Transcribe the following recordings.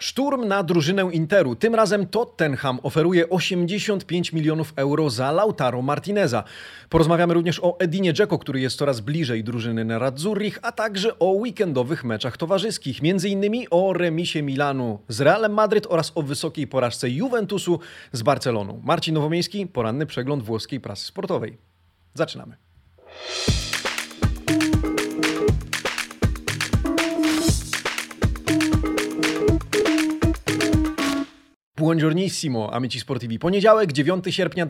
Szturm na drużynę Interu. Tym razem Tottenham oferuje 85 milionów euro za Lautaro Martineza. Porozmawiamy również o Edinie Dzeko, który jest coraz bliżej drużyny Nerazzurrich, a także o weekendowych meczach towarzyskich. M.in. o remisie Milanu z Realem Madryt oraz o wysokiej porażce Juventusu z Barceloną. Marcin Nowomiejski, poranny przegląd włoskiej prasy sportowej. Zaczynamy. Buongiornissimo, amici sportivi. Poniedziałek, 9 sierpnia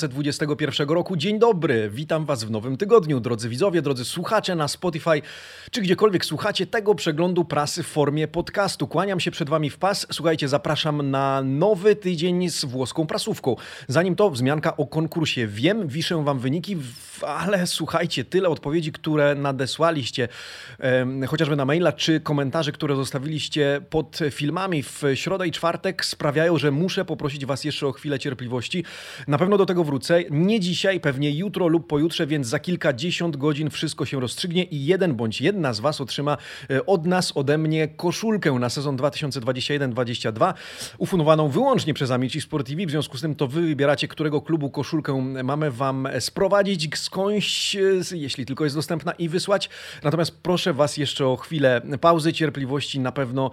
2021 roku. Dzień dobry, witam Was w nowym tygodniu. Drodzy widzowie, drodzy słuchacze na Spotify, czy gdziekolwiek słuchacie tego przeglądu prasy w formie podcastu. Kłaniam się przed Wami w pas. Słuchajcie, zapraszam na nowy tydzień z włoską prasówką. Zanim to, wzmianka o konkursie. Wiem, wiszę Wam wyniki, ale słuchajcie, tyle odpowiedzi, które nadesłaliście, chociażby na maila, czy komentarze, które zostawiliście pod filmami w środę i czwartek, sprawiają, że muszę poprosić Was jeszcze o chwilę cierpliwości. Na pewno do tego wrócę. Nie dzisiaj, pewnie jutro lub pojutrze, więc za kilkadziesiąt godzin wszystko się rozstrzygnie i jeden bądź jedna z Was otrzyma od nas, ode mnie koszulkę na sezon 2021-2022, ufundowaną wyłącznie przez Amici Sportivi. W związku z tym to Wy wybieracie, którego klubu koszulkę mamy Wam sprowadzić skądś, jeśli tylko jest dostępna, i wysłać. Natomiast proszę Was jeszcze o chwilę pauzy, cierpliwości. Na pewno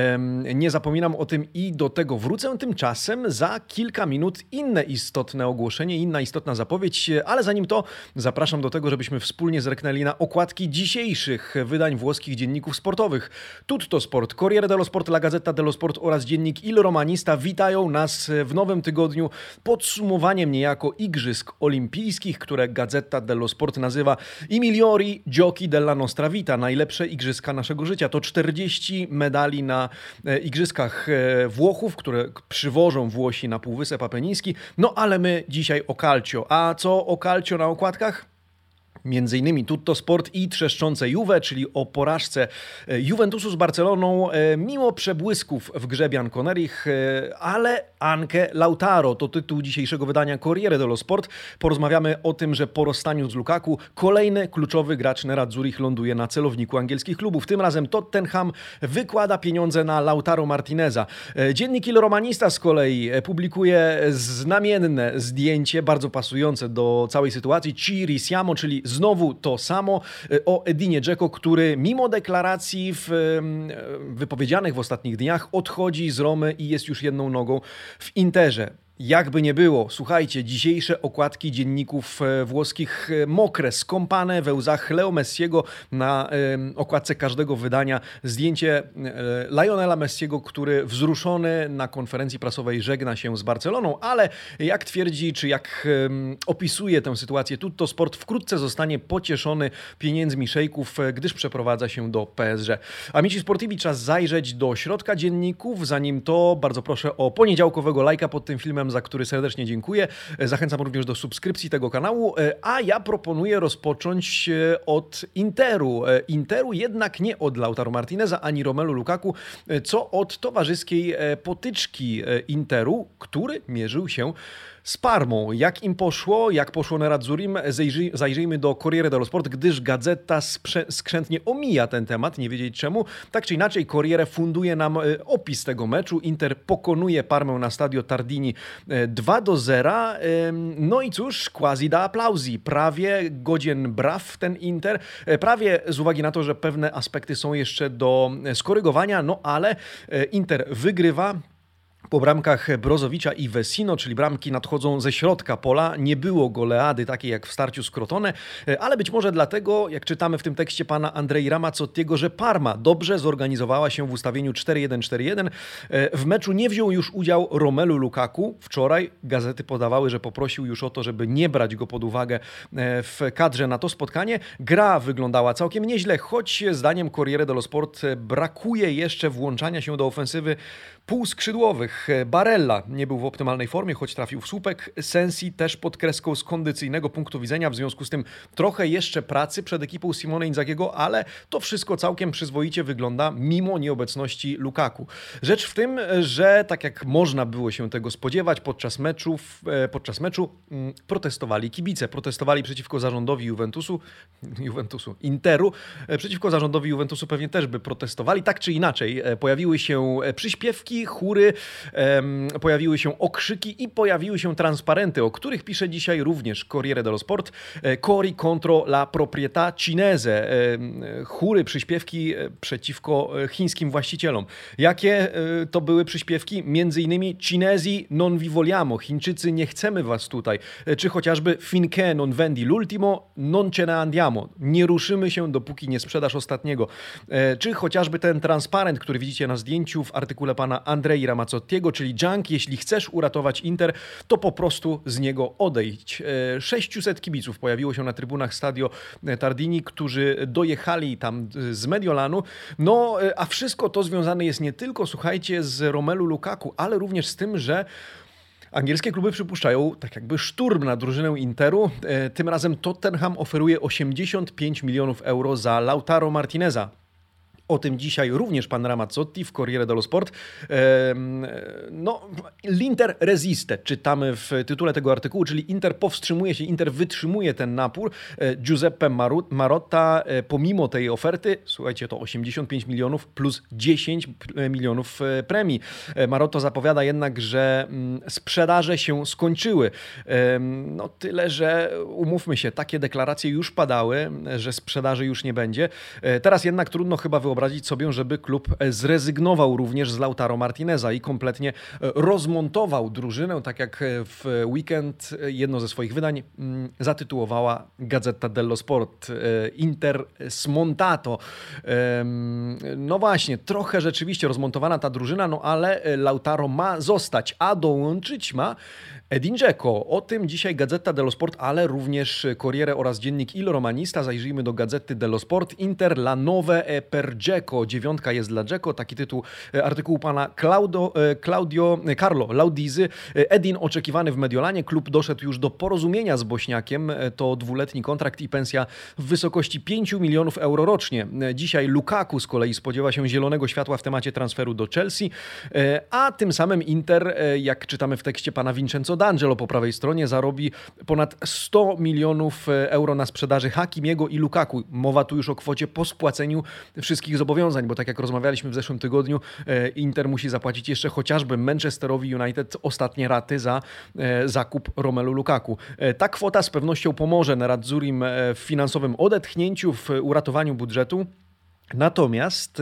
nie zapominam o tym i do tego wrócę. Tymczasem za kilka minut inne istotne ogłoszenie, inna istotna zapowiedź, ale zanim to zapraszam do tego, żebyśmy wspólnie zerknęli na okładki dzisiejszych wydań włoskich dzienników sportowych. Tutto Sport, Corriere dello Sport, La Gazzetta dello Sport oraz dziennik Il Romanista witają nas w nowym tygodniu podsumowaniem niejako Igrzysk Olimpijskich, które Gazzetta dello Sport nazywa I migliori giochi della nostra vita, najlepsze igrzyska naszego życia. To 40 medali na igrzyskach Włochów, które przywożą Włosi na Półwysep Apeniński. No ale my dzisiaj o calcio. A co o calcio na okładkach? Między innymi Tutto Sport i trzeszczące Juve, czyli o porażce Juventusu z Barceloną, mimo przebłysków w grze Bianconerich, ale anche Lautaro, to tytuł dzisiejszego wydania Corriere dello Sport. Porozmawiamy o tym, że po rozstaniu z Lukaku kolejny kluczowy gracz Nerazzurrich ląduje na celowniku angielskich klubów. Tym razem Tottenham wykłada pieniądze na Lautaro Martineza. Dziennik Il Romanista z kolei publikuje znamienne zdjęcie, bardzo pasujące do całej sytuacji. Ci risiamo, czyli znowu to samo, o Edinie Dzeko, który mimo deklaracji wypowiedzianych w ostatnich dniach odchodzi z Romy i jest już jedną nogą w Interze. Jakby nie było, słuchajcie, dzisiejsze okładki dzienników włoskich mokre, skąpane we łzach Leo Messiego. Na okładce każdego wydania zdjęcie Lionela Messiego, który wzruszony na konferencji prasowej żegna się z Barceloną, ale jak twierdzi, czy jak opisuje tę sytuację Tutto Sport, wkrótce zostanie pocieszony pieniędzmi szejków, gdyż przeprowadza się do PSG. Amici Sportivi, czas zajrzeć do środka dzienników. Zanim to, bardzo proszę o poniedziałkowego lajka pod tym filmem, za który serdecznie dziękuję. Zachęcam również do subskrypcji tego kanału, a ja proponuję rozpocząć od Interu. Interu jednak nie od Lautaro Martineza ani Romelu Lukaku, co od towarzyskiej potyczki Interu, który mierzył się z Parmą. Jak im poszło, jak poszło Nerazzurim, zajrzyjmy do Corriere dello Sport, gdyż gazeta skrzętnie omija ten temat, nie wiedzieć czemu. Tak czy inaczej, Corriere funduje nam opis tego meczu. Inter pokonuje Parmę na Stadio Tardini 2-0. No i cóż, quasi da applausi. Prawie godzien braw ten Inter. Prawie z uwagi na to, że pewne aspekty są jeszcze do skorygowania, no ale Inter wygrywa. Po bramkach Brozowicza i Vecino, czyli bramki nadchodzą ze środka pola. Nie było goleady takiej jak w starciu z Crotone, ale być może dlatego, jak czytamy w tym tekście pana Andrei Ramazzottiego, że Parma dobrze zorganizowała się w ustawieniu 4-1-4-1. W meczu nie wziął już udział Romelu Lukaku. Wczoraj gazety podawały, że poprosił już o to, żeby nie brać go pod uwagę w kadrze na to spotkanie. Gra wyglądała całkiem nieźle, choć zdaniem Corriere dello Sport brakuje jeszcze włączania się do ofensywy Półskrzydłowych. Barella nie był w optymalnej formie, choć trafił w słupek. Sensi też pod kreską z kondycyjnego punktu widzenia, w związku z tym trochę jeszcze pracy przed ekipą Simone Inzaghiego, ale to wszystko całkiem przyzwoicie wygląda mimo nieobecności Lukaku. Rzecz w tym, że tak jak można było się tego spodziewać, podczas meczu protestowali kibice. Protestowali przeciwko zarządowi Interu. Przeciwko zarządowi Juventusu pewnie też by protestowali. Tak czy inaczej, pojawiły się przyśpiewki, chóry, pojawiły się okrzyki i pojawiły się transparenty, o których pisze dzisiaj również Corriere dello Sport. Cori contro la proprietà cinese. Chóry, przyśpiewki przeciwko chińskim właścicielom. Jakie to były przyśpiewki? Między innymi Cinesi non vi vogliamo. Chińczycy, nie chcemy was tutaj. Czy chociażby finché non vendi l'ultimo, non ce ne andiamo. Nie ruszymy się, dopóki nie sprzedasz ostatniego. Czy chociażby ten transparent, który widzicie na zdjęciu w artykule pana Andrei Ramazzottiego, czyli Junk, jeśli chcesz uratować Inter, to po prostu z niego odejdź. 600 kibiców pojawiło się na trybunach Stadio Tardini, którzy dojechali tam z Mediolanu. No, a wszystko to związane jest nie tylko, słuchajcie, z Romelu Lukaku, ale również z tym, że angielskie kluby przypuszczają tak jakby szturm na drużynę Interu. Tym razem Tottenham oferuje 85 milionów euro za Lautaro Martineza. O tym dzisiaj również pan Ramazzotti w Corriere dello Sport. L'Inter resiste, czytamy w tytule tego artykułu, czyli Inter powstrzymuje się, Inter wytrzymuje ten napór. Giuseppe Marotta pomimo tej oferty, słuchajcie, to 85 milionów plus 10 milionów premii. Marotta zapowiada jednak, że sprzedaże się skończyły. No tyle, że umówmy się, takie deklaracje już padały, że sprzedaży już nie będzie. Teraz jednak trudno chyba wyobrazić sobie, żeby klub zrezygnował również z Lautaro Martineza i kompletnie rozmontował drużynę, tak jak w weekend jedno ze swoich wydań zatytułowała Gazzetta dello Sport. Inter smontato. No właśnie, trochę rzeczywiście rozmontowana ta drużyna, no ale Lautaro ma zostać, a dołączyć ma Edin Dzeko. O tym dzisiaj Gazzetta dello Sport, ale również Corriere oraz dziennik Il Romanista. Zajrzyjmy do Gazzety dello Sport. Inter la nove e per Dzeko. 9 jest dla Dzeko. Taki tytuł artykułu pana Carlo Laudizy. Edin oczekiwany w Mediolanie. Klub doszedł już do porozumienia z Bośniakiem. To 2-letni kontrakt i pensja w wysokości 5 milionów euro rocznie. Dzisiaj Lukaku z kolei spodziewa się zielonego światła w temacie transferu do Chelsea, a tym samym Inter, jak czytamy w tekście pana Vincenzo D'Angelo po prawej stronie, zarobi ponad 100 milionów euro na sprzedaży Hakimiego i Lukaku. Mowa tu już o kwocie po spłaceniu wszystkich zobowiązań, bo tak jak rozmawialiśmy w zeszłym tygodniu, Inter musi zapłacić jeszcze chociażby Manchesterowi United ostatnie raty za zakup Romelu Lukaku. Ta kwota z pewnością pomoże Neradzurim w finansowym odetchnięciu, w uratowaniu budżetu. Natomiast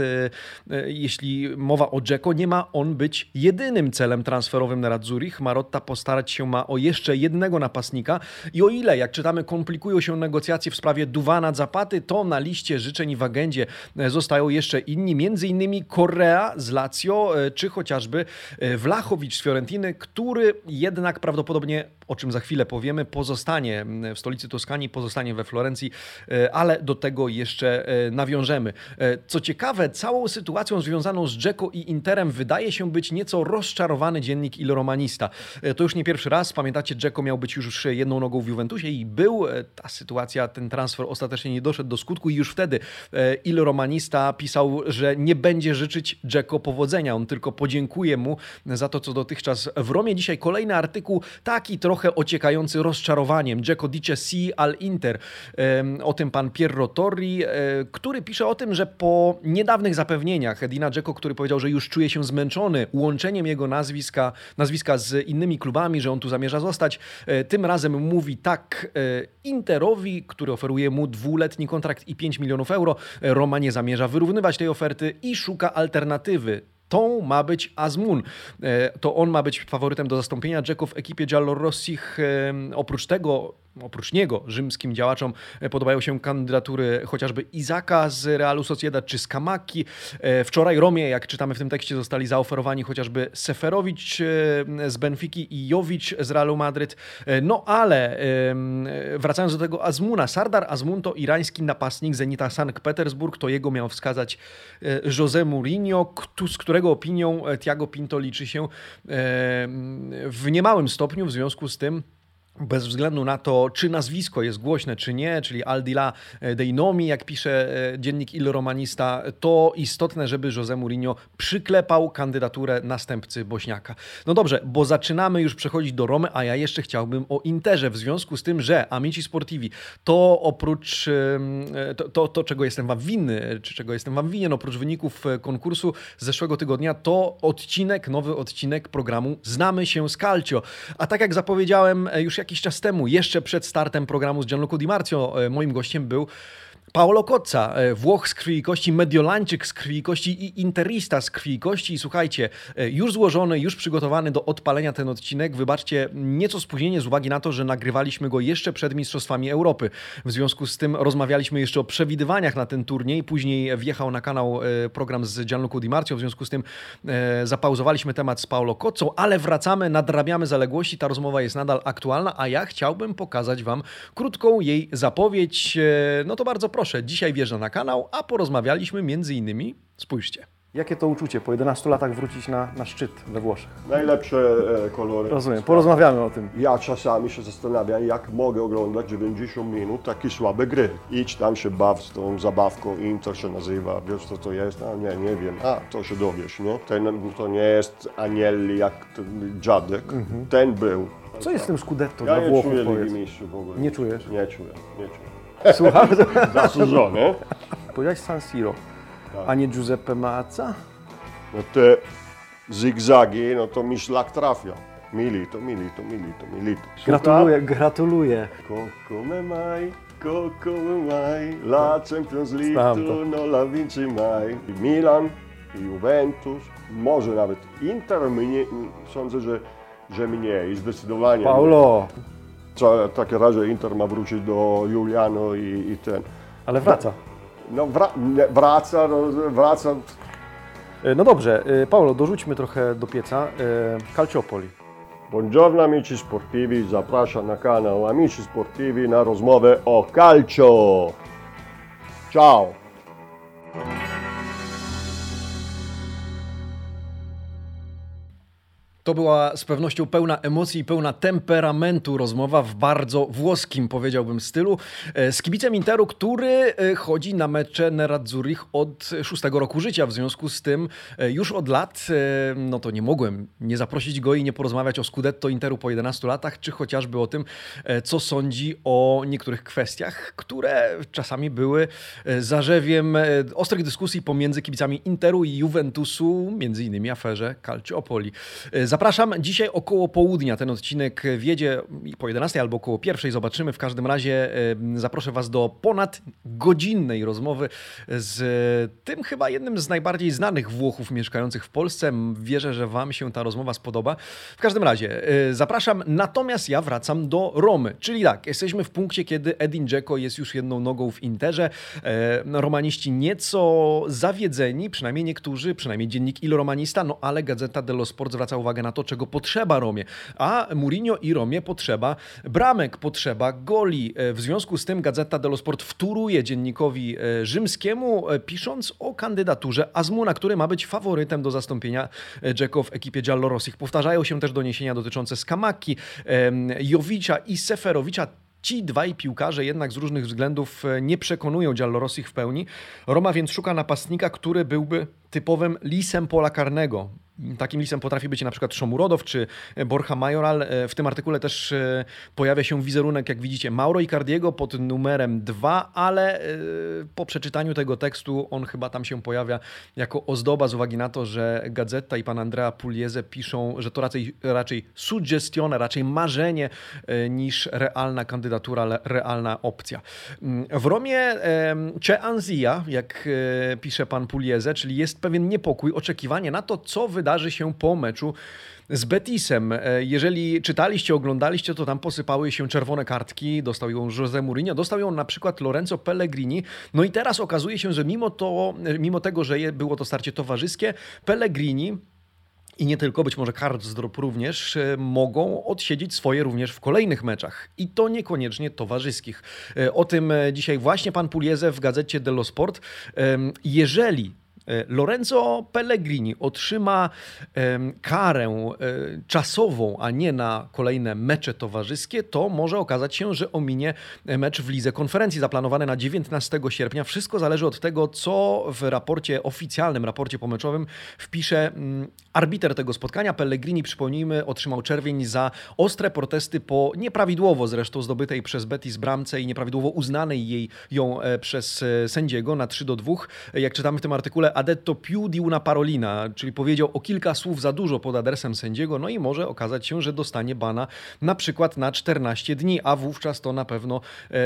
jeśli mowa o Dzeko, nie ma on być jedynym celem transferowym Nerazzurich. Marotta postarać się ma o jeszcze jednego napastnika i o ile, jak czytamy, komplikują się negocjacje w sprawie Duwana Zapaty, to na liście życzeń w agendzie zostają jeszcze inni, m.in. Correa z Lazio, czy chociażby Vlahovic z Fiorentiny, który jednak prawdopodobnie, o czym za chwilę powiemy, pozostanie w stolicy Toskanii, pozostanie we Florencji, ale do tego jeszcze nawiążemy. Co ciekawe, całą sytuacją związaną z Dzeko i Interem wydaje się być nieco rozczarowany dziennik Il Romanista. To już nie pierwszy raz. Pamiętacie, Dzeko miał być już jedną nogą w Juventusie i był. Ta sytuacja, ten transfer ostatecznie nie doszedł do skutku i już wtedy Il Romanista pisał, że nie będzie życzyć Dzeko powodzenia. On tylko podziękuje mu za to, co dotychczas w Romie. Dzisiaj kolejny artykuł, taki trochę ociekający rozczarowaniem. Dzeko dice sì al Inter. O tym pan Pierro Torri, który pisze o tym, że po niedawnych zapewnieniach Edina Dzeko, który powiedział, że już czuje się zmęczony łączeniem jego nazwiska z innymi klubami, że on tu zamierza zostać, tym razem mówi tak Interowi, który oferuje mu 2-letni kontrakt i 5 milionów euro. Roma nie zamierza wyrównywać tej oferty i szuka alternatywy. Tą ma być Azmoun. To on ma być faworytem do zastąpienia Dzeko w ekipie Giallorossich. Oprócz tego oprócz niego, rzymskim działaczom podobają się kandydatury chociażby Izaka z Realu Sociedad czy Scamacchi. Wczoraj Romie, jak czytamy w tym tekście, zostali zaoferowani chociażby Seferowicz z Benfiki i Jovic z Realu Madryt. No ale wracając do tego Azmuna, Sardar Azmun to irański napastnik Zenita Sankt Petersburg, to jego miał wskazać José Mourinho, z którego opinią Thiago Pinto liczy się w niemałym stopniu, w związku z tym bez względu na to, czy nazwisko jest głośne, czy nie, czyli Aldila dei Nomi, jak pisze dziennik Il Romanista, to istotne, żeby José Mourinho przyklepał kandydaturę następcy Bośniaka. No dobrze, bo zaczynamy już przechodzić do Romy, a ja jeszcze chciałbym o Interze, w związku z tym, że Amici Sportivi to oprócz to czego jestem wam winny, czy czego jestem wam winien, oprócz wyników konkursu z zeszłego tygodnia, to nowy odcinek programu Znamy się z Calcio. A tak jak zapowiedziałem już jakiś czas temu, jeszcze przed startem programu z Gianluca Di Marzio, moim gościem był Paolo Cozza, Włoch z krwi i kości, Mediolańczyk z krwi i kości i Interista z krwi i kości. I słuchajcie, już złożony, już przygotowany do odpalenia ten odcinek. Wybaczcie nieco spóźnienie z uwagi na to, że nagrywaliśmy go jeszcze przed Mistrzostwami Europy. W związku z tym rozmawialiśmy jeszcze o przewidywaniach na ten turniej. Później wjechał na kanał program z Gianluca Di Marzio. W związku z tym zapauzowaliśmy temat z Paolo Cozzą, ale wracamy, nadrabiamy zaległości. Ta rozmowa jest nadal aktualna, a ja chciałbym pokazać wam krótką jej zapowiedź. No to bardzo proszę, dzisiaj wjeżdża na kanał, a porozmawialiśmy między innymi, spójrzcie. Jakie to uczucie po 11 latach wrócić na szczyt we Włoszech? Najlepsze kolory. Rozumiem, porozmawiamy o tym. Ja czasami się zastanawiam, jak mogę oglądać 90 minut takie słabe gry. Idź tam się baw z tą zabawką, Inter się nazywa, wiesz co to jest? A nie wiem, to się dowiesz, nie? To nie jest Agnelli jak ten dziadek, ten był. Co jest z tym Scudetto Ja dla Włochów? nie czuję Ligi Mistrzów w ogóle. Nie czujesz? Nie czuję. Słucham? Zasłużone. Powiedziałeś San Siro, Tak. a nie Giuseppe Meazza? No te zigzagi, no to mi szlak trafia. Milito. Gratuluję. Come mai, la Champions League tu non la vinci mai. Milan, Juventus, może nawet Inter, sądzę, że mniej, zdecydowanie. Paulo, W takim razie Inter ma wrócić do Juliano i ten. ale wraca. No wraca. No dobrze, Paulo, dorzućmy trochę do pieca. Calciopoli. Buongiorno amici sportivi, zapraszam na kanał Amici Sportivi na rozmowę o calcio. Ciao! To była z pewnością pełna emocji i pełna temperamentu rozmowa w bardzo włoskim, powiedziałbym, stylu z kibicem Interu, który chodzi na mecze Nerazzurich od 6 roku życia. W związku z tym już od lat, no to nie mogłem nie zaprosić go i nie porozmawiać o Scudetto Interu po 11 latach, czy chociażby o tym, co sądzi o niektórych kwestiach, które czasami były zarzewiem ostrych dyskusji pomiędzy kibicami Interu i Juventusu, między innymi aferze Calciopoli. Zapraszam dzisiaj około południa. Ten odcinek wjedzie po 11 albo około 1. Zobaczymy. W każdym razie zaproszę Was do ponad godzinnej rozmowy z tym chyba jednym z najbardziej znanych Włochów mieszkających w Polsce. Wierzę, że Wam się ta rozmowa spodoba. W każdym razie zapraszam. Natomiast ja wracam do Romy. Czyli tak, jesteśmy w punkcie, kiedy Edin Dzeko jest już jedną nogą w Interze. Romaniści nieco zawiedzeni, przynajmniej niektórzy, przynajmniej dziennik Il Romanista, no ale Gazzetta dello Sport zwraca uwagę na to, czego potrzeba Romie. A Mourinho i Romie potrzeba bramek, potrzeba goli. W związku z tym Gazzetta dello Sport wtóruje dziennikowi rzymskiemu, pisząc o kandydaturze Azmuna, który ma być faworytem do zastąpienia Dzeko w ekipie Giallorossich. Powtarzają się też doniesienia dotyczące Scamacchi, Jovicia i Seferowicza. Ci dwaj piłkarze jednak z różnych względów nie przekonują Giallorossich w pełni. Roma więc szuka napastnika, który byłby typowym lisem pola karnego. Takim lisem potrafi być na przykład Shomurodov czy Borja Majoral. W tym artykule też pojawia się wizerunek, jak widzicie, Mauro Icardiego pod numerem 2, ale po przeczytaniu tego tekstu on chyba tam się pojawia jako ozdoba z uwagi na to, że Gazeta i pan Andrea Pugliese piszą, że to raczej suggestione, raczej marzenie niż realna kandydatura, realna opcja. W Romie c'è ansia, jak pisze pan Pugliese, czyli jest pewien niepokój, oczekiwanie na to, co wydarzy wydarzy się po meczu z Betisem. Jeżeli czytaliście, oglądaliście, to tam posypały się czerwone kartki. Dostał ją José Mourinho, dostał ją na przykład Lorenzo Pellegrini. No i teraz okazuje się, że mimo tego, że było to starcie towarzyskie, Pellegrini i nie tylko, być może Karsdorp również, mogą odsiedzieć swoje również w kolejnych meczach. I to niekoniecznie towarzyskich. O tym dzisiaj właśnie pan Pugliese w gazecie dello Sport. Jeżeli Lorenzo Pellegrini otrzyma karę czasową, a nie na kolejne mecze towarzyskie, to może okazać się, że ominie mecz w Lidze Konferencji zaplanowany na 19 sierpnia. Wszystko zależy od tego, co w raporcie oficjalnym, raporcie pomeczowym wpisze arbiter tego spotkania. Pellegrini, przypomnijmy, otrzymał czerwień za ostre protesty po nieprawidłowo zresztą zdobytej przez Betis bramce i nieprawidłowo uznanej ją przez sędziego na 3-2. Jak czytamy w tym artykule, ha detto più di una parolina, czyli powiedział o kilka słów za dużo pod adresem sędziego, no i może okazać się, że dostanie bana na przykład na 14 dni, a wówczas to na pewno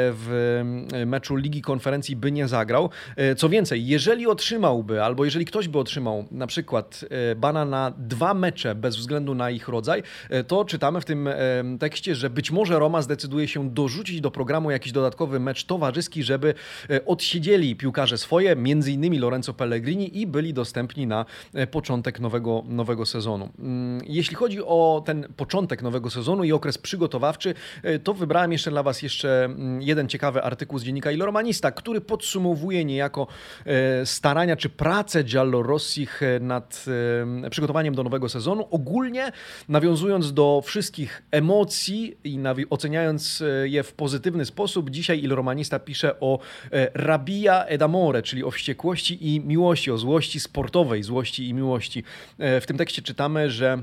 w meczu Ligi Konferencji by nie zagrał. Co więcej, jeżeli otrzymałby, albo jeżeli ktoś by otrzymał na przykład bana na 2 mecze bez względu na ich rodzaj, to czytamy w tym tekście, że być może Roma zdecyduje się dorzucić do programu jakiś dodatkowy mecz towarzyski, żeby odsiedzieli piłkarze swoje, między innymi Lorenzo Pellegrini, i byli dostępni na początek nowego sezonu. Jeśli chodzi o ten początek nowego sezonu i okres przygotowawczy, to wybrałem jeszcze dla Was jeden ciekawy artykuł z dziennika Il Romanista, który podsumowuje niejako starania czy pracę giallorossich nad przygotowaniem do nowego sezonu. Ogólnie nawiązując do wszystkich emocji i oceniając je w pozytywny sposób, dzisiaj Il Romanista pisze o rabbia ed amore, czyli o wściekłości i miłości, o złości sportowej, złości i miłości. W tym tekście czytamy, że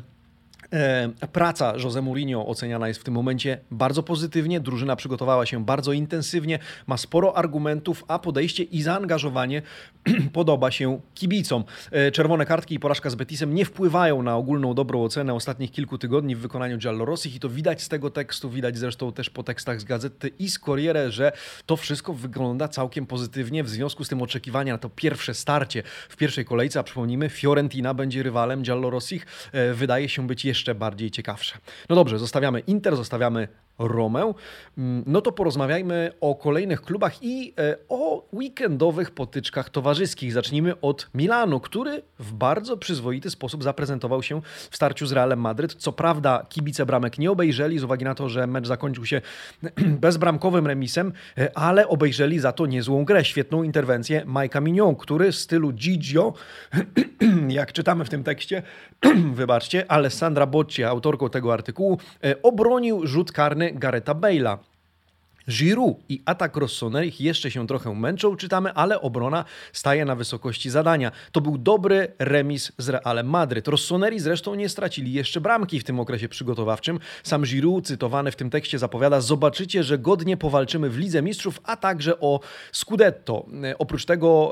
praca José Mourinho oceniana jest w tym momencie bardzo pozytywnie, drużyna przygotowała się bardzo intensywnie, ma sporo argumentów, a podejście i zaangażowanie podoba się kibicom. Czerwone kartki i porażka z Betisem nie wpływają na ogólną dobrą ocenę ostatnich kilku tygodni w wykonaniu giallorossich i to widać z tego tekstu, widać zresztą też po tekstach z Gazety i z Corriere, że to wszystko wygląda całkiem pozytywnie, w związku z tym oczekiwania na to pierwsze starcie w pierwszej kolejce, a przypomnijmy, Fiorentina będzie rywalem giallorossich, wydaje się być jeszcze bardziej ciekawsze. No dobrze, zostawiamy Inter, zostawiamy Romę. No to porozmawiajmy o kolejnych klubach i o weekendowych potyczkach towarzyskich. Zacznijmy od Milanu, który w bardzo przyzwoity sposób zaprezentował się w starciu z Realem Madryt. Co prawda kibice bramek nie obejrzeli z uwagi na to, że mecz zakończył się bezbramkowym remisem, ale obejrzeli za to niezłą grę, świetną interwencję Mike'a Mignon, który w stylu Gigio, jak czytamy w tym tekście, wybaczcie, Alessandra Bocci, autorką tego artykułu, obronił rzut karny Garetha Bale'a. Giroud i atak Rossonerich jeszcze się trochę męczą, czytamy, ale obrona staje na wysokości zadania. To był dobry remis z Realem Madryt. Rossoneri zresztą nie stracili jeszcze bramki w tym okresie przygotowawczym. Sam Giroud, cytowany w tym tekście, zapowiada: zobaczycie, że godnie powalczymy w Lidze Mistrzów, a także o Scudetto. Oprócz tego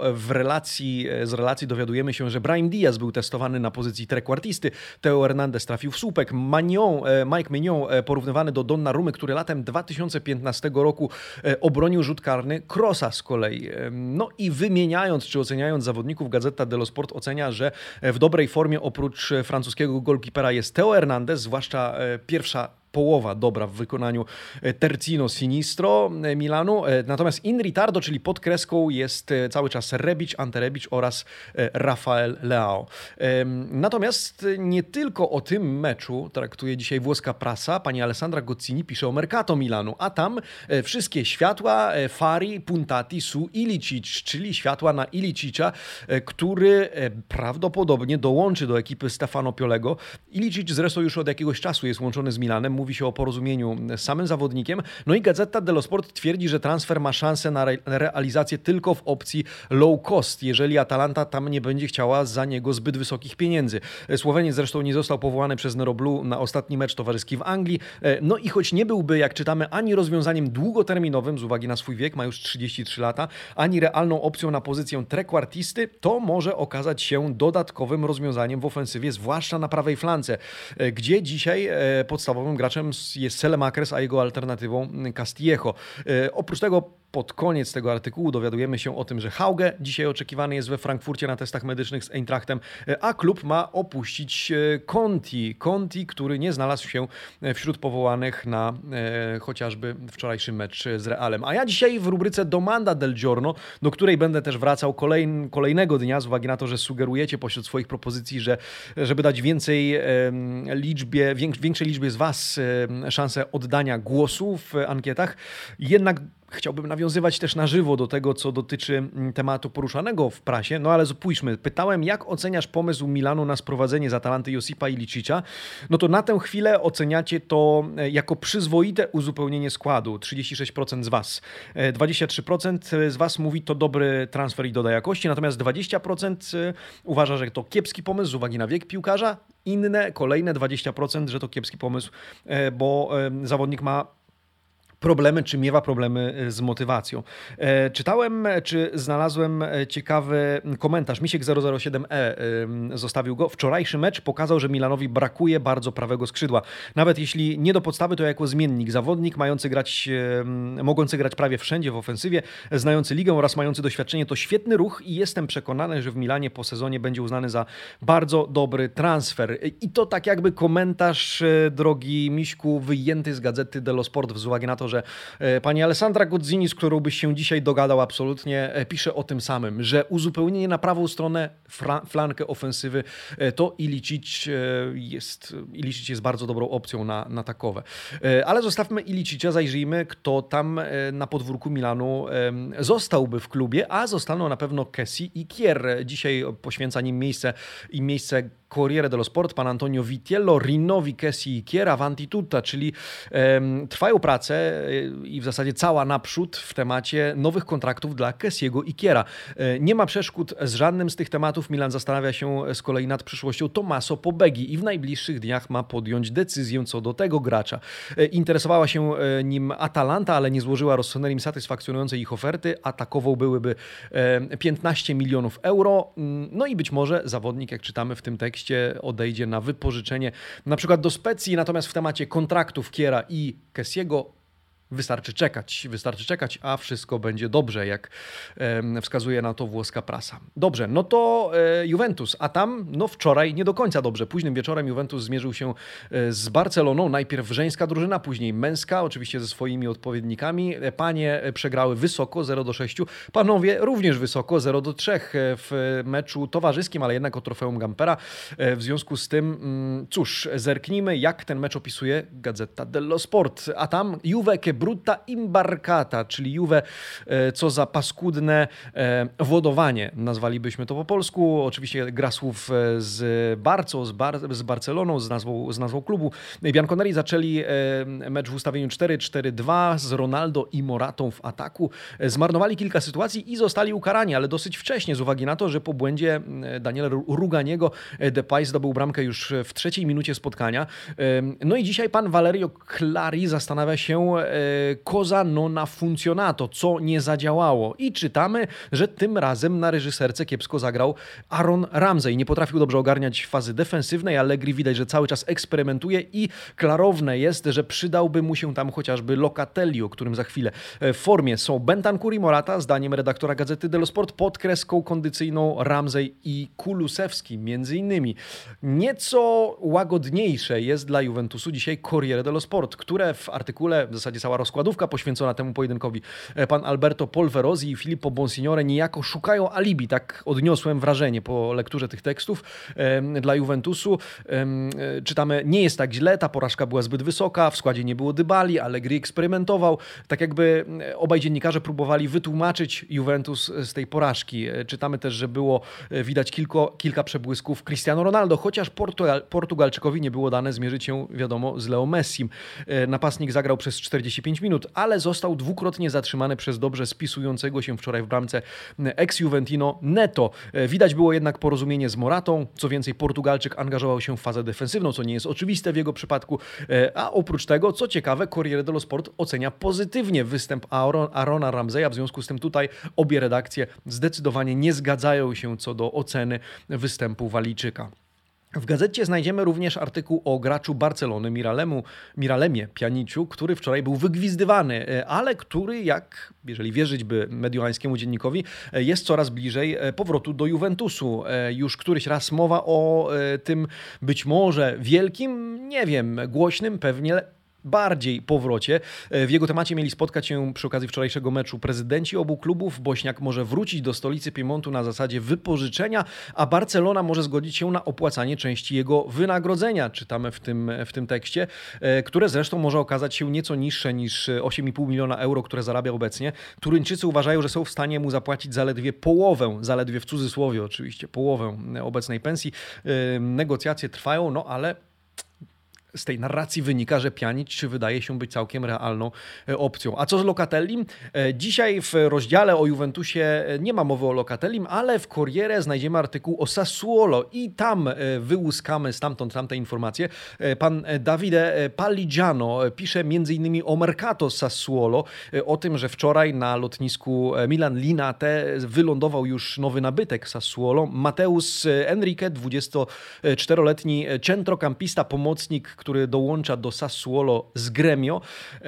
z relacji dowiadujemy się, że Brahim Diaz był testowany na pozycji trekwartisty. Theo Hernandez trafił w słupek. Mike Mignon porównywany do Donnarummy, który latem 2015 roku obronił rzut karny Krosa z kolei. No i wymieniając czy oceniając zawodników, Gazeta dello Sport ocenia, że w dobrej formie oprócz francuskiego golkipera jest Theo Hernandez, zwłaszcza pierwsza połowa dobra w wykonaniu Terzino Sinistro Milanu. Natomiast in ritardo, czyli pod kreską, jest cały czas Rebic, Ante Rebic oraz Rafael Leao. Natomiast nie tylko o tym meczu traktuje dzisiaj włoska prasa. Pani Alessandra Gozzini pisze o Mercato Milanu, a tam wszystkie światła fari puntati su Ilicic, czyli światła na Ilicicza, który prawdopodobnie dołączy do ekipy Stefano Piolego. Ilicic zresztą już od jakiegoś czasu jest łączony z Milanem. Mówi się o porozumieniu z samym zawodnikiem. No i Gazeta dello Sport twierdzi, że transfer ma szansę na realizację tylko w opcji low cost, jeżeli Atalanta tam nie będzie chciała za niego zbyt wysokich pieniędzy. Słoweniec zresztą nie został powołany przez Nero Blu na ostatni mecz towarzyski w Anglii. No i choć nie byłby, jak czytamy, ani rozwiązaniem długoterminowym z uwagi na swój wiek, ma już 33 lata, ani realną opcją na pozycję trekwartisty, to może okazać się dodatkowym rozwiązaniem w ofensywie, zwłaszcza na prawej flance, gdzie dzisiaj podstawowym graczem jest Selemakers, a jego alternatywą Castillejo. Oprócz tego pod koniec tego artykułu dowiadujemy się o tym, że Hauge dzisiaj oczekiwany jest we Frankfurcie na testach medycznych z Eintrachtem, a klub ma opuścić Conti, który nie znalazł się wśród powołanych na chociażby wczorajszy mecz z Realem. A ja dzisiaj w rubryce Domanda del Giorno, do której będę też wracał kolejnego dnia, z uwagi na to, że sugerujecie pośród swoich propozycji, że żeby dać większej liczbie z Was szansę oddania głosu w ankietach, jednak chciałbym nawiązywać też na żywo do tego, co dotyczy tematu poruszanego w prasie. No ale spójrzmy, pytałem, jak oceniasz pomysł Milanu na sprowadzenie z Atalanty Josipa Ilicicia? No to na tę chwilę oceniacie to jako przyzwoite uzupełnienie składu. 36% z Was. 23% z Was mówi, to dobry transfer i doda jakości, natomiast 20% uważa, że to kiepski pomysł z uwagi na wiek piłkarza. Kolejne 20%, że to kiepski pomysł, bo zawodnik ma problemy, czy miewa problemy z motywacją. Czytałem, czy znalazłem ciekawy komentarz. Misiek007E zostawił go. Wczorajszy mecz pokazał, że Milanowi brakuje bardzo prawego skrzydła. Nawet jeśli nie do podstawy, to jako zmiennik. Zawodnik mogący grać prawie wszędzie w ofensywie, znający ligę oraz mający doświadczenie, to świetny ruch i jestem przekonany, że w Milanie po sezonie będzie uznany za bardzo dobry transfer. I to tak jakby komentarz, drogi Miśku, wyjęty z gazety dello Sport z uwagi na to, że pani Alessandra Gozzini, z którą byś się dzisiaj dogadał absolutnie, pisze o tym samym, że uzupełnienie na prawą stronę, flankę ofensywy, to Ilicic jest bardzo dobrą opcją na takowe. Ale zostawmy Ilicicia, zajrzyjmy, kto tam na podwórku Milanu zostałby w klubie, a zostaną na pewno Kessie i Kier. Dzisiaj poświęca nim miejsce Corriere dello Sport, pan Antonio Vitiello, rinnowi Kessie i Kier, avanti tutta, czyli trwają prace i w zasadzie cała naprzód w temacie nowych kontraktów dla Kessiego i Kiera. Nie ma przeszkód z żadnym z tych tematów. Milan zastanawia się z kolei nad przyszłością Tommaso Pobeghi i w najbliższych dniach ma podjąć decyzję co do tego gracza. Interesowała się nim Atalanta, ale nie złożyła Rossoneri satysfakcjonującej ich oferty. Atakował byłyby 15 milionów euro. No i być może zawodnik, jak czytamy w tym tekście, odejdzie na wypożyczenie na przykład do Specji, natomiast w temacie kontraktów Kiera i Kessiego wystarczy czekać, a wszystko będzie dobrze, jak wskazuje na to włoska prasa. Dobrze, no to Juventus, a tam wczoraj nie do końca dobrze. Późnym wieczorem Juventus zmierzył się z Barceloną, najpierw żeńska drużyna, później męska, oczywiście ze swoimi odpowiednikami. Panie przegrały wysoko, 0-6, panowie również wysoko, 0-3 w meczu towarzyskim, ale jednak o trofeum Gampera. W związku z tym, cóż, zerknijmy, jak ten mecz opisuje Gazzetta dello Sport, a tam Juve brutta imbarcata, czyli Juve, co za paskudne wodowanie, nazwalibyśmy to po polsku. Oczywiście gra słów z Barceloną, z nazwą klubu. Bianconeri zaczęli mecz w ustawieniu 4-4-2 z Ronaldo i Moratą w ataku. Zmarnowali kilka sytuacji i zostali ukarani, ale dosyć wcześnie z uwagi na to, że po błędzie Daniela Ruganiego Depay zdobył bramkę już w 3. minucie spotkania. No i dzisiaj pan Valerio Clari zastanawia się, cosa non ha funzionato, co nie zadziałało. I czytamy, że tym razem na reżyserce kiepsko zagrał Aaron Ramsey. Nie potrafił dobrze ogarniać fazy defensywnej, Allegri widać, że cały czas eksperymentuje i klarowne jest, że przydałby mu się tam chociażby Locatelli, o którym za chwilę. W formie są Bentancur i Morata, zdaniem redaktora Gazety dello Sport, pod kreską kondycyjną Ramsey i Kulusewski między innymi. Nieco łagodniejsze jest dla Juventusu dzisiaj Corriere dello Sport, które w artykule, w zasadzie cała rozkładówka poświęcona temu pojedynkowi, pan Alberto Polverosi i Filippo Bonsignore niejako szukają alibi, tak odniosłem wrażenie po lekturze tych tekstów dla Juventusu. Czytamy, nie jest tak źle, ta porażka była zbyt wysoka, w składzie nie było Dybali, Allegri eksperymentował, tak jakby obaj dziennikarze próbowali wytłumaczyć Juventus z tej porażki. Czytamy też, że było widać kilka przebłysków Cristiano Ronaldo, chociaż Portugalczykowi nie było dane zmierzyć się, wiadomo, z Leo Messim. Napastnik zagrał przez 45 minut, ale został dwukrotnie zatrzymany przez dobrze spisującego się wczoraj w bramce ex-Juventino Neto. Widać było jednak porozumienie z Moratą, co więcej Portugalczyk angażował się w fazę defensywną, co nie jest oczywiste w jego przypadku, a oprócz tego, co ciekawe, Corriere dello Sport ocenia pozytywnie występ Aarona Ramseya, w związku z tym tutaj obie redakcje zdecydowanie nie zgadzają się co do oceny występu Walijczyka. W gazecie znajdziemy również artykuł o graczu Barcelony Miralemie Pjaniciu, który wczoraj był wygwizdywany, ale który, jeżeli wierzyć by mediolańskiemu dziennikowi, jest coraz bliżej powrotu do Juventusu. Już któryś raz mowa o tym być może wielkim, nie wiem, głośnym pewnie bardziej powrocie. W jego temacie mieli spotkać się przy okazji wczorajszego meczu prezydenci obu klubów. Bośniak może wrócić do stolicy Piemontu na zasadzie wypożyczenia, a Barcelona może zgodzić się na opłacanie części jego wynagrodzenia, czytamy w tym tekście, które zresztą może okazać się nieco niższe niż 8,5 miliona euro, które zarabia obecnie. Turyńczycy uważają, że są w stanie mu zapłacić zaledwie połowę, zaledwie w cudzysłowie oczywiście, połowę obecnej pensji. Negocjacje trwają, ale z tej narracji wynika, że Pjanic wydaje się być całkiem realną opcją. A co z Locatellim? Dzisiaj w rozdziale o Juventusie nie ma mowy o Locatellim, ale w Corriere znajdziemy artykuł o Sassuolo i tam wyłuskamy stamtąd tamte informacje. Pan Davide Palligiano pisze m.in. o Mercato Sassuolo, o tym, że wczoraj na lotnisku Milan Linate wylądował już nowy nabytek Sassuolo. Mateusz Enrique, 24-letni centrocampista, pomocnik, który dołącza do Sassuolo z Gremio,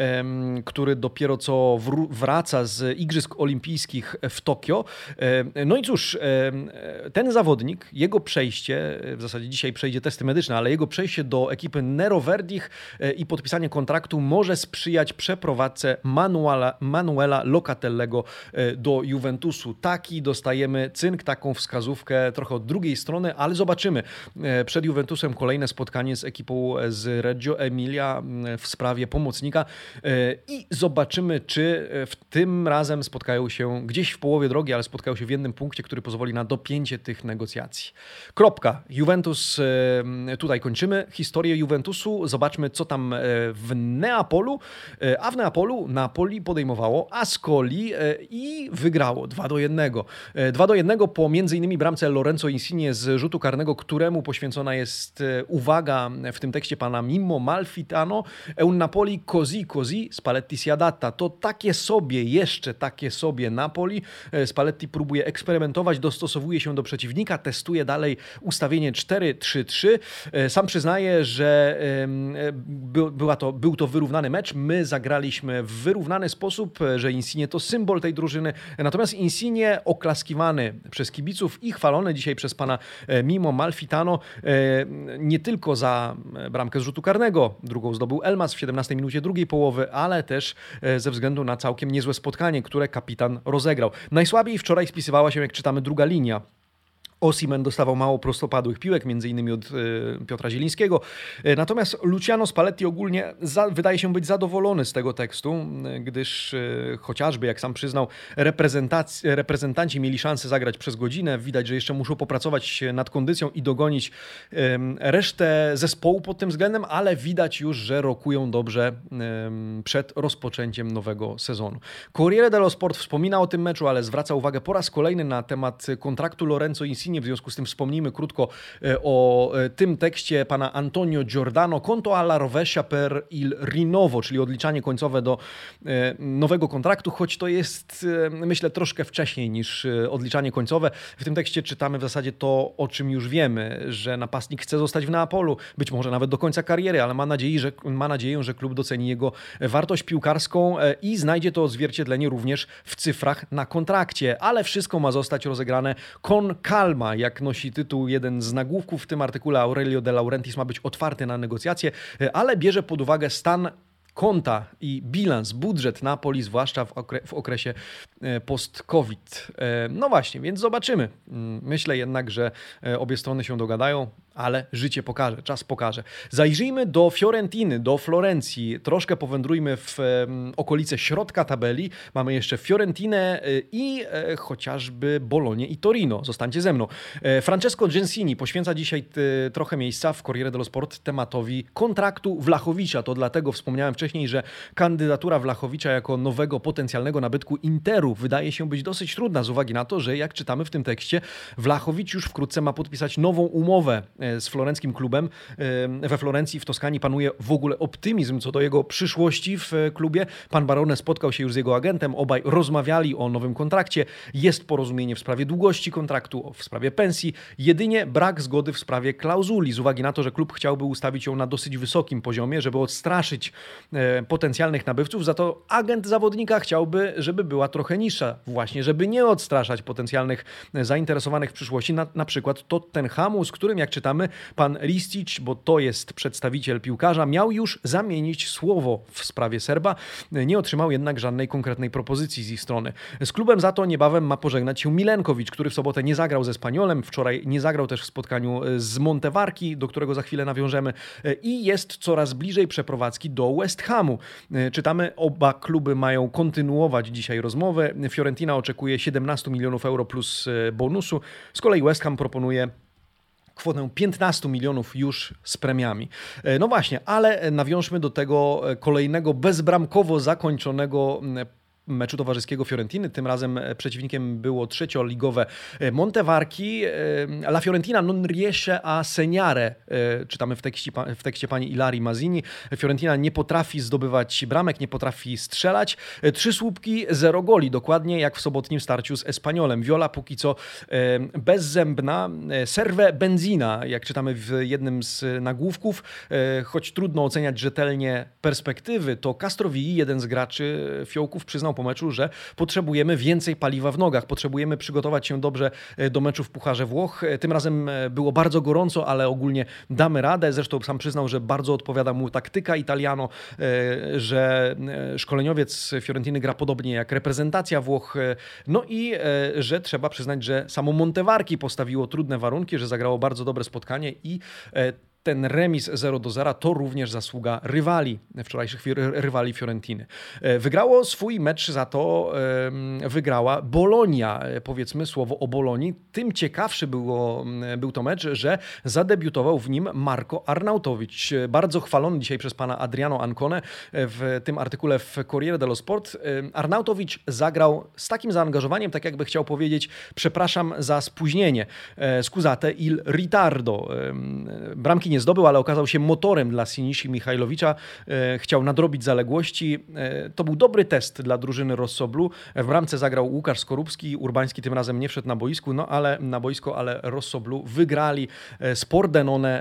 który dopiero co wraca z Igrzysk Olimpijskich w Tokio. No i cóż, ten zawodnik, jego przejście, w zasadzie dzisiaj przejdzie testy medyczne, ale jego przejście do ekipy Nero Verdich i podpisanie kontraktu może sprzyjać przeprowadzce Manuela Locatellego do Juventusu. Taki dostajemy cynk, taką wskazówkę trochę od drugiej strony, ale zobaczymy. Przed Juventusem kolejne spotkanie z ekipą z Reggio Emilia w sprawie pomocnika i zobaczymy, czy w tym razem spotkają się gdzieś w połowie drogi, ale spotkają się w jednym punkcie, który pozwoli na dopięcie tych negocjacji. Kropka. Juventus, tutaj kończymy historię Juventusu. Zobaczmy, co tam w Neapolu. A w Neapolu Napoli podejmowało Ascoli i wygrało 2-1. 2-1 po m.in. bramce Lorenzo Insigne z rzutu karnego, któremu poświęcona jest uwaga w tym tekście pana Mimmo Malfitano. Un Napoli così Spalletti si adatta. To jeszcze takie sobie Napoli. Spalletti próbuje eksperymentować, dostosowuje się do przeciwnika, testuje dalej ustawienie 4-3-3. Sam przyznaje, że był to wyrównany mecz. My zagraliśmy w wyrównany sposób, że Insigne to symbol tej drużyny. Natomiast Insigne oklaskiwany przez kibiców i chwalony dzisiaj przez pana Mimmo Malfitano nie tylko za bramkę z rzutu karnego, drugą zdobył Elmas w 17 minucie drugiej połowy, ale też ze względu na całkiem niezłe spotkanie, które kapitan rozegrał. Najsłabiej wczoraj spisywała się, jak czytamy, druga linia. Osimhen dostawał mało prostopadłych piłek, m.in. od Piotra Zielińskiego. Natomiast Luciano Spalletti ogólnie wydaje się być zadowolony z tego tekstu, gdyż chociażby, jak sam przyznał, reprezentanci mieli szansę zagrać przez godzinę. Widać, że jeszcze muszą popracować nad kondycją i dogonić resztę zespołu pod tym względem, ale widać już, że rokują dobrze przed rozpoczęciem nowego sezonu. Corriere dello Sport wspomina o tym meczu, ale zwraca uwagę po raz kolejny na temat kontraktu Lorenzo Insigne. W związku z tym wspomnijmy krótko o tym tekście pana Antonio Giordano. Conto alla rovescia per il rinnovo, czyli odliczanie końcowe do nowego kontraktu, choć to jest, myślę, troszkę wcześniej niż odliczanie końcowe. W tym tekście czytamy w zasadzie to, o czym już wiemy, że napastnik chce zostać w Neapolu, być może nawet do końca kariery, ale ma nadzieję, że klub doceni jego wartość piłkarską i znajdzie to odzwierciedlenie również w cyfrach na kontrakcie, ale wszystko ma zostać rozegrane con calma. Jak nosi tytuł jeden z nagłówków w tym artykule, Aurelio De Laurentiis ma być otwarty na negocjacje, ale bierze pod uwagę stan konta i bilans, budżet Napoli, zwłaszcza w okresie post-COVID. No właśnie, więc zobaczymy. Myślę jednak, że obie strony się dogadają, ale życie pokaże, czas pokaże. Zajrzyjmy do Fiorentiny, do Florencji. Troszkę powędrujmy w okolice środka tabeli. Mamy jeszcze Fiorentinę i chociażby Bolonię i Torino. Zostańcie ze mną. Francesco Gensini poświęca dzisiaj trochę miejsca w Corriere dello Sport tematowi kontraktu Vlahowicza. To dlatego wspomniałem wcześniej, że kandydatura Vlahowicza jako nowego potencjalnego nabytku Interu wydaje się być dosyć trudna z uwagi na to, że jak czytamy w tym tekście, Vlahowicz już wkrótce ma podpisać nową umowę z florenckim klubem. We Florencji, w Toskanii panuje w ogóle optymizm co do jego przyszłości w klubie. Pan Barone spotkał się już z jego agentem, obaj rozmawiali o nowym kontrakcie. Jest porozumienie w sprawie długości kontraktu, w sprawie pensji. Jedynie brak zgody w sprawie klauzuli, z uwagi na to, że klub chciałby ustawić ją na dosyć wysokim poziomie, żeby odstraszyć potencjalnych nabywców. Za to agent zawodnika chciałby, żeby była trochę niższa, właśnie żeby nie odstraszać potencjalnych zainteresowanych w przyszłości, na przykład Tottenhamu, z którym, jak czytamy, pan Ristic, bo to jest przedstawiciel piłkarza, miał już zamienić słowo w sprawie Serba. Nie otrzymał jednak żadnej konkretnej propozycji z ich strony. Z klubem za to niebawem ma pożegnać się Milenkowicz, który w sobotę nie zagrał ze Espanyolem, wczoraj nie zagrał też w spotkaniu z Montevarchi, do którego za chwilę nawiążemy, i jest coraz bliżej przeprowadzki do West Hamu. Czytamy, oba kluby mają kontynuować dzisiaj rozmowę. Fiorentina oczekuje 17 milionów euro plus bonusu. Z kolei West Ham proponuje kwotę 15 milionów już z premiami. No właśnie, ale nawiążmy do tego kolejnego bezbramkowo zakończonego meczu towarzyskiego Fiorentiny. Tym razem przeciwnikiem było trzecioligowe Montevarchi. La Fiorentina non riesce a segnare, czytamy w tekście pani Ilarii Mazzini. Fiorentina nie potrafi zdobywać bramek, nie potrafi strzelać. 3 słupki, 0 goli, dokładnie jak w sobotnim starciu z Espanyolem. Viola póki co bezzębna. Serve benzina, jak czytamy w jednym z nagłówków. Choć trudno oceniać rzetelnie perspektywy, to Castrovilli, jeden z graczy Fiołków, przyznał po meczu, że potrzebujemy więcej paliwa w nogach, potrzebujemy przygotować się dobrze do meczu w Pucharze Włoch. Tym razem było bardzo gorąco, ale ogólnie damy radę. Zresztą sam przyznał, że bardzo odpowiada mu taktyka Italiano, że szkoleniowiec Fiorentiny gra podobnie jak reprezentacja Włoch. No i że trzeba przyznać, że samo Montevarchi postawiło trudne warunki, że zagrało bardzo dobre spotkanie i ten remis 0-0 to również zasługa wczorajszych rywali Fiorentiny. Wygrało swój mecz za to, wygrała Bologna. Powiedzmy słowo o Bolonii. Tym ciekawszy był to mecz, że zadebiutował w nim Marco Arnautovic. Bardzo chwalony dzisiaj przez pana Adriano Ancone w tym artykule w Corriere dello Sport. Arnautovic zagrał z takim zaangażowaniem, tak jakby chciał powiedzieć: przepraszam za spóźnienie. Scusate il ritardo. Bramki nie zdobył, ale okazał się motorem dla Sinisi Michajlowicza. Chciał nadrobić zaległości. To był dobry test dla drużyny Rossoblu. W bramce zagrał Łukasz Skorupski. Urbański tym razem nie wszedł na boisko, ale Rossoblu wygrali z Pordenone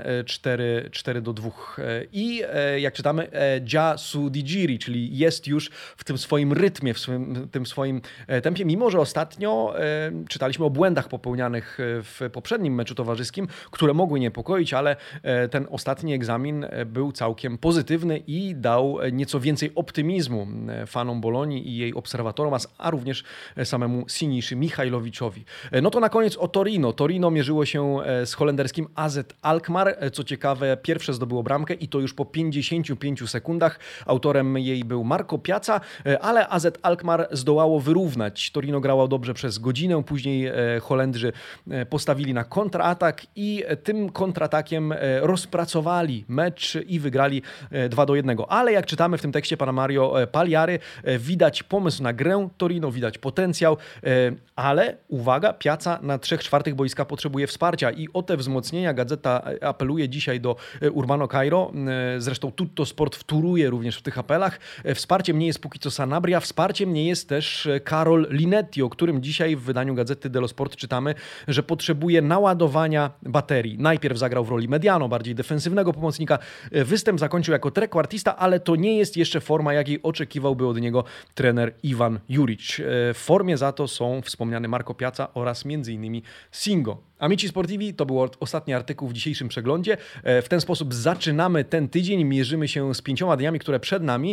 4-2. I jak czytamy, già su di giri, czyli jest już w tym swoim rytmie, w tym swoim tempie, mimo że ostatnio czytaliśmy o błędach popełnianych w poprzednim meczu towarzyskim, które mogły niepokoić, ale ten ostatni egzamin był całkiem pozytywny i dał nieco więcej optymizmu fanom Bolonii i jej obserwatorom, a również samemu Siniszy Michajlowiczowi. No to na koniec o Torino. Torino mierzyło się z holenderskim AZ Alkmaar. Co ciekawe, pierwsze zdobyło bramkę i to już po 55 sekundach. Autorem jej był Marco Piazza, ale AZ Alkmaar zdołało wyrównać. Torino grało dobrze przez godzinę, później Holendrzy postawili na kontratak i tym kontratakiem rozpracowali mecz i wygrali 2-1. Ale jak czytamy w tym tekście pana Mario Pagliary, widać pomysł na grę Torino, widać potencjał, ale uwaga, Piazza na 3/4 boiska potrzebuje wsparcia i o te wzmocnienia Gazeta apeluje dzisiaj do Urbano Cairo. Zresztą Tutto Sport wtóruje również w tych apelach. Wsparciem nie jest póki co Sanabria, wsparciem nie jest też Karol Linetti, o którym dzisiaj w wydaniu Gazety dello Sport czytamy, że potrzebuje naładowania baterii. Najpierw zagrał w roli mediano, bardziej defensywnego pomocnika. Występ zakończył jako trequartista, ale to nie jest jeszcze forma, jakiej oczekiwałby od niego trener Ivan Juric. W formie za to są wspomniany Marco Piazza oraz m.in. Singo. Amici Sportivi to był ostatni artykuł w dzisiejszym przeglądzie. W ten sposób zaczynamy ten tydzień. Mierzymy się z 5 dniami, które przed nami.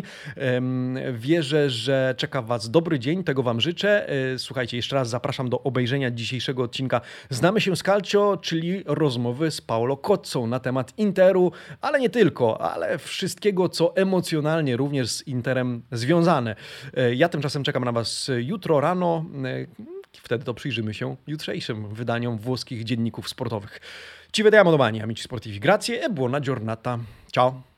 Wierzę, że czeka Was dobry dzień. Tego Wam życzę. Słuchajcie, jeszcze raz zapraszam do obejrzenia dzisiejszego odcinka Znamy się z Calcio, czyli rozmowy z Paolo Cozzą na temat Interu, ale nie tylko, ale wszystkiego, co emocjonalnie również z Interem związane. Ja tymczasem czekam na Was jutro rano. Wtedy to przyjrzymy się jutrzejszym wydaniom włoskich dzienników sportowych. Ci vediamo domani, amici sportivi. Grazie e buona giornata. Ciao.